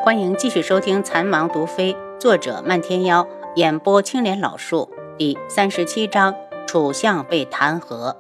欢迎继续收听《残王毒妃》，作者漫天妖，演播青莲老树，第37章，楚相被弹劾。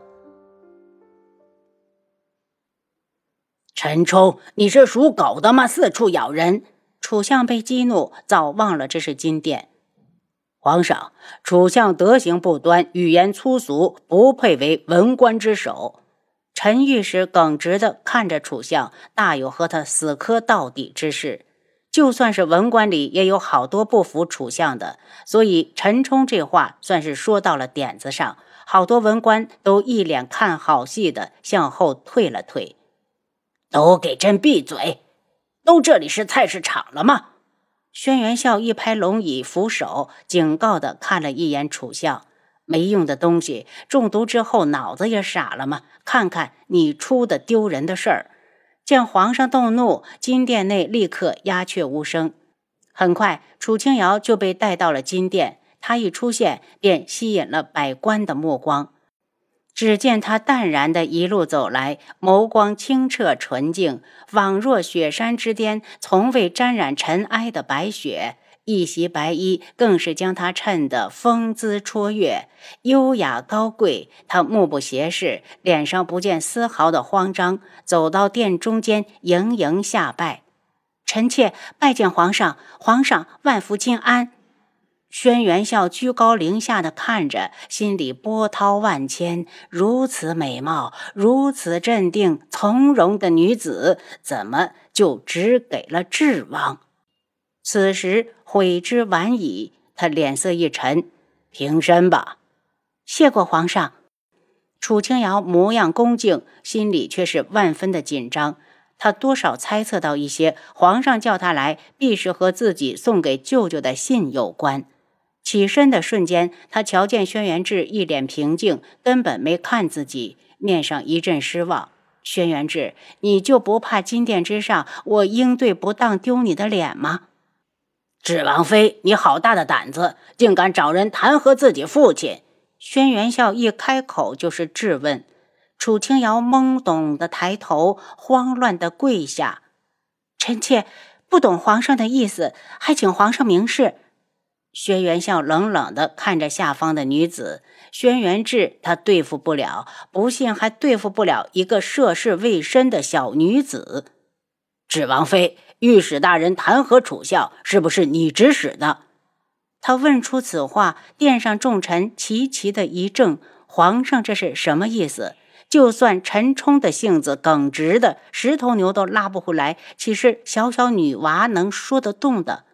陈冲，你是属狗的吗？四处咬人！ 楚相被激怒，早忘了这是金殿。 皇上，楚相德行不端，语言粗俗，不配为文官之首。 陈御史耿直地看着楚相，大有和他死磕到底之势。就算是文官里也有好多不服楚相的，所以陈冲这话算是说到了点子上，好多文官都一脸看好戏的向后退了退。 都给朕闭嘴！都这里是菜市场了吗？ 轩辕笑一拍龙椅扶手，警告地看了一眼楚相，没用的东西，中毒之后脑子也傻了吗？看看你出的丢人的事儿。见皇上动怒，金殿内立刻鸦雀无声。很快楚清瑶就被带到了金殿，他一出现便吸引了百官的目光。只见他淡然地一路走来，眸光清澈纯净，仿若雪山之巅从未沾染尘埃的白雪，一袭白衣更是将他衬得风姿绰约，优雅高贵。他目不斜视，脸上不见丝毫的慌张，走到殿中间盈盈下拜。臣妾拜见皇上，皇上万福金安。轩辕笑居高临下的看着，心里波涛万千。如此美貌，如此镇定从容的女子，怎么就只给了智王？此时悔之晚矣，他脸色一沉，平身吧。谢过皇上。楚清瑶模样恭敬，心里却是万分的紧张。他多少猜测到一些皇上叫他来必是和自己送给舅舅的信有关。起身的瞬间，他瞧见轩辕志一脸平静，根本没看自己，面上一阵失望。轩辕志，你就不怕金殿之上我应对不当丢你的脸吗？ 智王妃，你好大的胆子，竟敢找人弹劾自己父亲！ 轩辕笑一开口就是质问。楚清瑶懵懂的抬头，慌乱的跪下。臣妾不懂皇上的意思，还请皇上明示。轩辕笑冷冷地看着下方的女子，轩辕志他对付不了，不信还对付不了一个涉世未深的小女子。 智王妃，御史大人弹劾楚相，是不是你指使的？ 他问出此话，殿上众臣齐齐的一怔，皇上这是什么意思？就算陈冲的性子耿直的石头牛都拉不回来，岂是小小女娃能说得动的？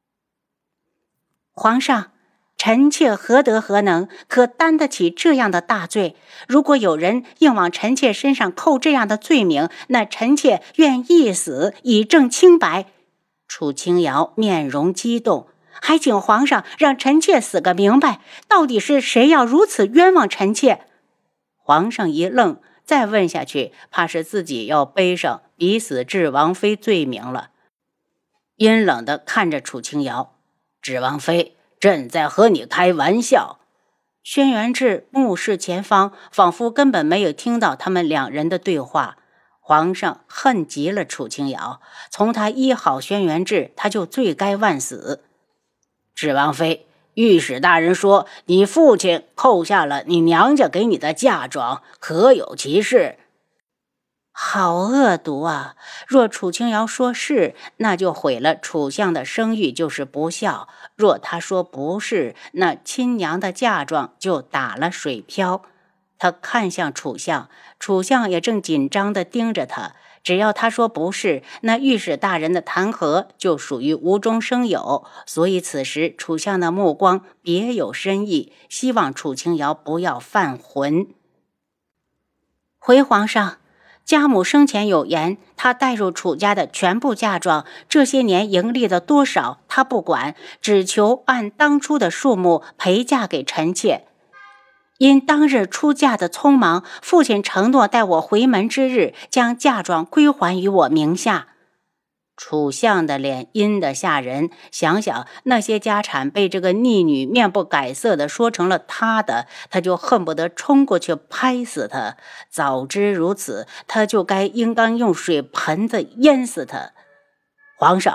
皇上，臣妾何德何能，可担得起这样的大罪？如果有人硬往臣妾身上扣这样的罪名，那臣妾愿一死以证清白。楚清瑶面容激动，还请皇上让臣妾死个明白，到底是谁要如此冤枉臣妾？皇上一愣，再问下去，怕是自己要背上逼死智王妃罪名了。阴冷地看着楚清瑶， 智王妃，朕在和你开玩笑。 轩辕志目视前方，仿佛根本没有听到他们两人的对话。皇上恨极了楚清瑶，从他医好轩辕志，他就罪该万死。 智王妃，御史大人说你父亲扣下了你娘家给你的嫁妆，可有其事？ 好恶毒啊！若楚清瑶说是，那就毁了楚相的声誉，就是不孝；若他说不是，那亲娘的嫁妆就打了水漂。他看向楚相，楚相也正紧张地盯着他。只要他说不是，那御史大人的弹劾就属于无中生有。所以此时楚相的目光别有深意，希望楚清瑶不要犯浑。回皇上，家母生前有言，她带入楚家的全部嫁妆，这些年盈利的多少她不管，只求按当初的数目陪嫁给臣妾。因当日出嫁的匆忙，父亲承诺待我回门之日，将嫁妆归还于我名下。楚相的脸阴得吓人，想想那些家产被这个逆女面不改色的说成了他的，他就恨不得冲过去拍死他。早知如此，他就应当用水盆子淹死他。 皇上，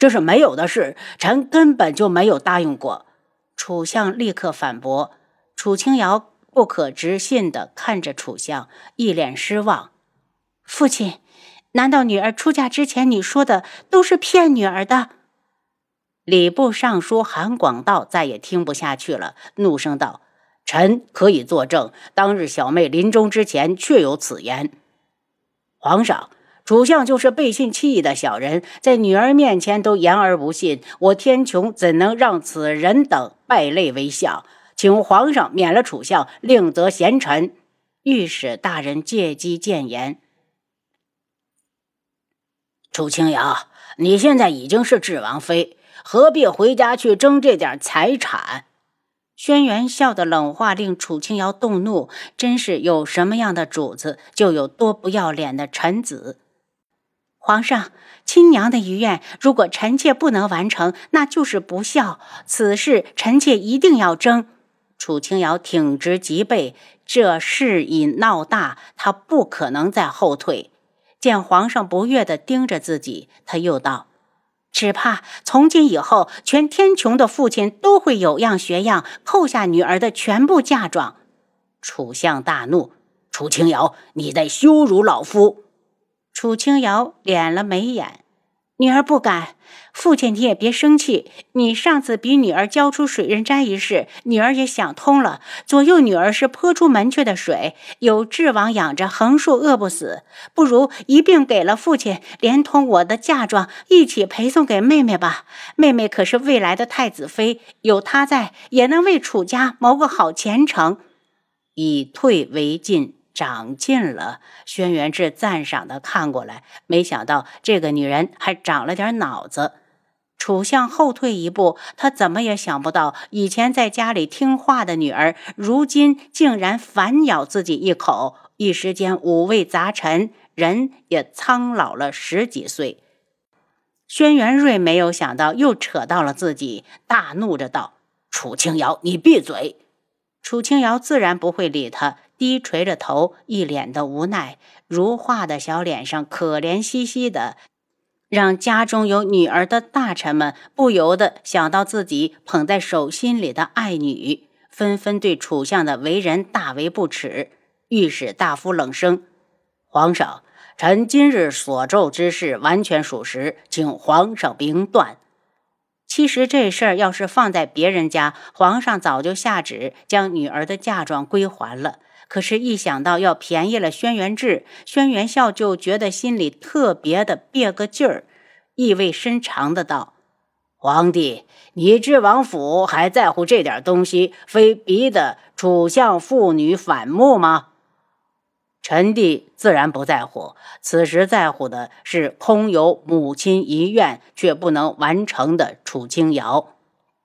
这是没有的事，臣根本就没有答应过。 楚相立刻反驳。楚清瑶不可置信地看着楚相，一脸失望。父亲，难道女儿出嫁之前你说的都是骗女儿的？礼部尚书韩广道再也听不下去了，怒声道： 臣可以作证，当日小妹临终之前确有此言。皇上，楚相就是背信弃义的小人，在女儿面前都言而不信，我天穹怎能让此人等败类为相？请皇上免了楚相，另择贤臣。 御史大人借机谏言。 楚清瑶，你现在已经是智王妃，何必回家去争这点财产？ 轩辕笑的冷话令楚清瑶动怒，真是有什么样的主子，就有多不要脸的臣子。皇上，亲娘的遗愿，如果臣妾不能完成，那就是不孝。此事臣妾一定要争。楚清瑶挺直脊背，这事已闹大，他不可能再后退。见皇上不悦地盯着自己，他又道：只怕从今以后，全天穹的父亲都会有样学样，扣下女儿的全部嫁妆。 楚相大怒：楚清瑶，你在羞辱老夫！ 楚清瑶敛了眉眼：女儿不敢。父亲你也别生气，你上次逼女儿交出水刃斋一事，女儿也想通了，左右女儿是泼出门去的水，有智王养着，横竖饿不死，不如一并给了父亲，连同我的嫁妆一起陪送给妹妹吧。妹妹可是未来的太子妃，有她在，也能为楚家谋个好前程。以退为进，长进了。轩辕志赞赏地看过来，没想到这个女人还长了点脑子。楚相后退一步，他怎么也想不到，以前在家里听话的女儿，如今竟然反咬自己一口，一时间五味杂陈，人也苍老了10几岁。轩辕睿没有想到又扯到了自己，大怒着道： 楚清瑶，你闭嘴！ 楚清瑶自然不会理他，低垂着头，一脸的无奈，如画的小脸上可怜兮兮的，让家中有女儿的大臣们不由得想到自己捧在手心里的爱女，纷纷对楚相的为人大为不耻。御史大夫冷声： 皇上，臣今日所奏之事完全属实，请皇上明断。 其实这事儿要是放在别人家，皇上早就下旨将女儿的嫁妆归还了。可是，一想到要便宜了轩辕志，轩辕笑就觉得心里特别的别个劲儿，意味深长的道： 皇帝，你智王府还在乎这点东西，非逼得楚相父女反目吗？臣弟自然不在乎，此时在乎的是空有母亲遗愿却不能完成的楚清瑶。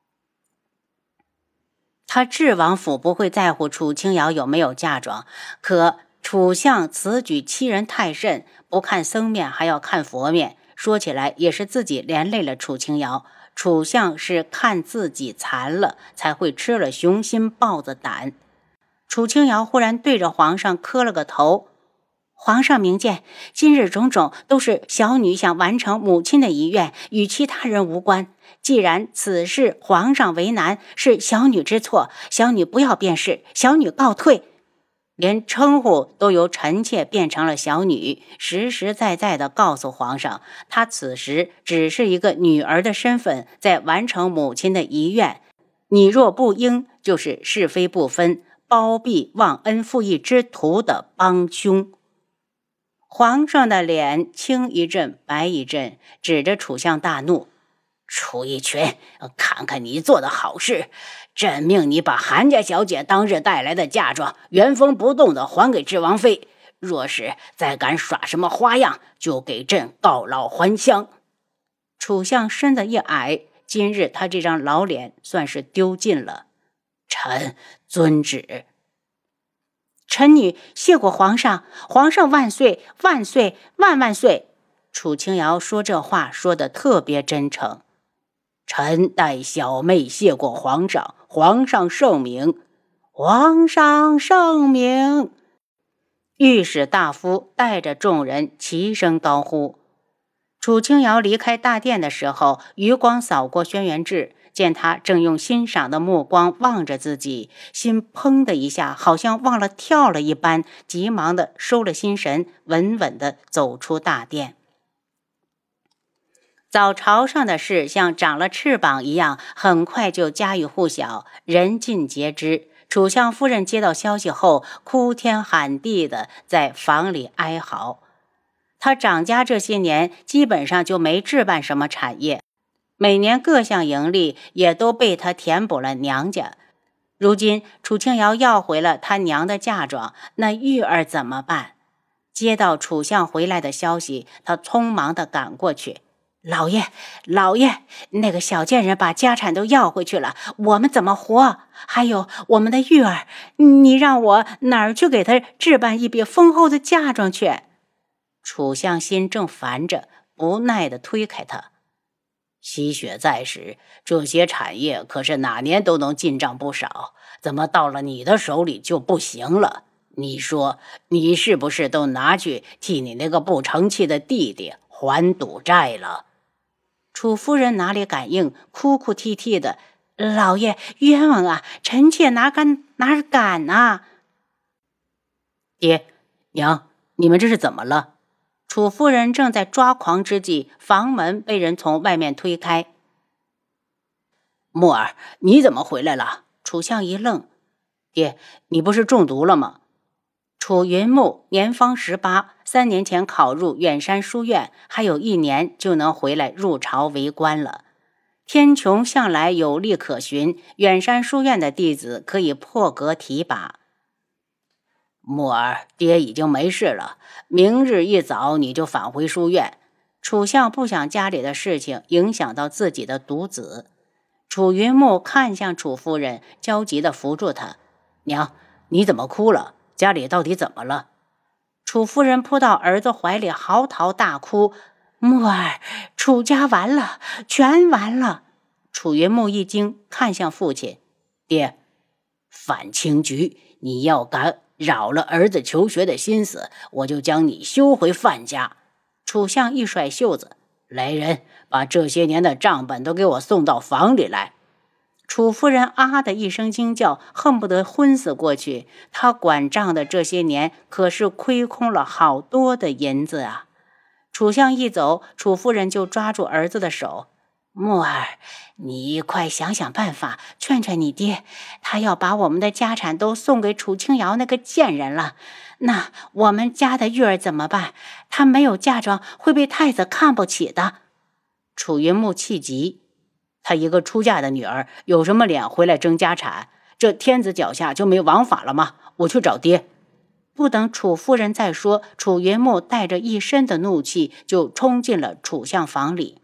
他智王府不会在乎楚清瑶有没有嫁妆，可楚相此举欺人太甚，不看僧面还要看佛面，说起来也是自己连累了楚清瑶。楚相是看自己残了，才会吃了雄心豹子胆。楚清瑶忽然对着皇上磕了个头：皇上明鉴，今日种种都是小女想完成母亲的遗愿，与其他人无关。既然此事皇上为难，是小女之错，小女不要便是，小女告退。连称呼都由臣妾变成了小女，实实在在地告诉皇上，她此时只是一个女儿的身份，在完成母亲的遗愿。你若不应，就是是非不分、包庇忘恩负义之徒的帮凶。皇上的脸青一阵白一阵，指着楚相大怒： 楚逸群，看看你做的好事，朕命你把韩家小姐当日带来的嫁妆原封不动的还给智王妃，若是再敢耍什么花样，就给朕告老还乡。 楚相身子一矮，今日他这张老脸算是丢尽了。 臣遵旨。 臣女谢过皇上，皇上万岁万岁万万岁。楚清瑶说这话说得特别真诚。 臣代小妹谢过皇上，皇上圣明。皇上圣明。 御史大夫带着众人齐声高呼。 楚清瑶离开大殿的时候，余光扫过轩辕志，见他正用欣赏的目光望着自己，心砰的一下，好像忘了跳了一般，急忙的收了心神，稳稳的走出大殿。早朝上的事像长了翅膀一样，很快就家喻户晓，人尽皆知。楚相夫人接到消息后，哭天喊地的在房里哀嚎。他长家这些年基本上就没置办什么产业，每年各项盈利也都被他填补了娘家。如今楚清瑶要回了他娘的嫁妆，那玉儿怎么办？接到楚相回来的消息，他匆忙地赶过去。老爷，那个小贱人把家产都要回去了，我们怎么活？还有我们的玉儿，你让我哪儿去给她置办一笔丰厚的嫁妆去？楚相心正烦着，不耐地推开他。吸血在时，这些产业可是哪年都能进账不少，怎么到了你的手里就不行了？你说，你是不是都拿去替你那个不成器的弟弟还赌债了？楚夫人哪里敢应，哭哭啼啼的：“老爷冤枉啊，臣妾哪敢啊！”爹娘，你们这是怎么了？楚夫人正在抓狂之际，房门被人从外面推开。木儿，你怎么回来了？楚相一愣：“爹，你不是中毒了吗？”楚云木年方18，3年前考入远山书院，还有1年就能回来入朝为官了。天穹向来有例可循，远山书院的弟子可以破格提拔。木儿，爹已经没事了，明日一早你就返回书院。楚相不想家里的事情影响到自己的独子。楚云木看向楚夫人，焦急地扶住她：“娘，你怎么哭了？家里到底怎么了？”楚夫人扑到儿子怀里，嚎啕大哭：“木儿，楚家完了，全完了！”楚云木一惊，看向父亲：“爹，反清局，你要敢扰了儿子求学的心思，我就将你休回范家。”楚相一甩袖子：“来人，把这些年的账本都给我送到房里来。”楚夫人啊的一声惊叫，恨不得昏死过去。她管账的这些年可是亏空了好多的银子啊！楚相一走，楚夫人就抓住儿子的手：“木儿，你快想想办法，劝劝你爹，他要把我们的家产都送给楚清瑶那个贱人了。那我们家的玉儿怎么办？她没有嫁妆，会被太子看不起的。”楚云木气急：“她一个出嫁的女儿，有什么脸回来争家产？这天子脚下就没王法了吗？我去找爹！”不等楚夫人再说，楚云木带着一身的怒气就冲进了楚相房里。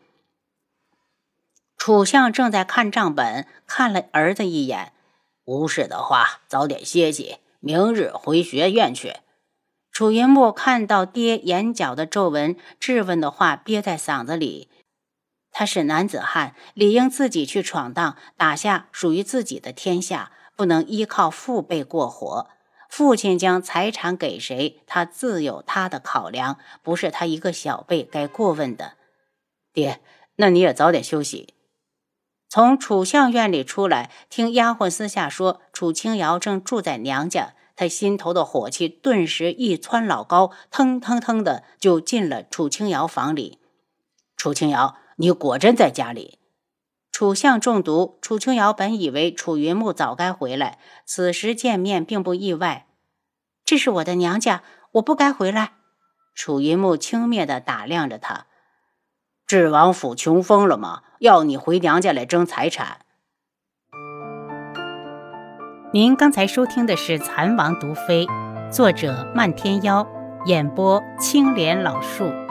楚相正在看账本，看了儿子一眼：“无事的话，早点歇息，明日回学院去。”楚云木看到爹眼角的皱纹，质问的话憋在嗓子里。他是男子汉，理应自己去闯荡，打下属于自己的天下，不能依靠父辈过活。父亲将财产给谁，他自有他的考量，不是他一个小辈该过问的。爹，那你也早点休息。从楚相院里出来，听丫鬟私下说楚清瑶正住在娘家，他心头的火气顿时一蹿老高，腾腾腾的就进了楚清瑶房里。楚清瑶，你果真在家里？楚相中毒，楚清瑶本以为楚云木早该回来，此时见面并不意外。这是我的娘家，我不该回来。楚云木轻蔑地打量着他。智王府穷疯了吗？要你回娘家来争财产？ 您刚才收听的是《蚕王毒妃》，作者漫天妖，演播青莲老树。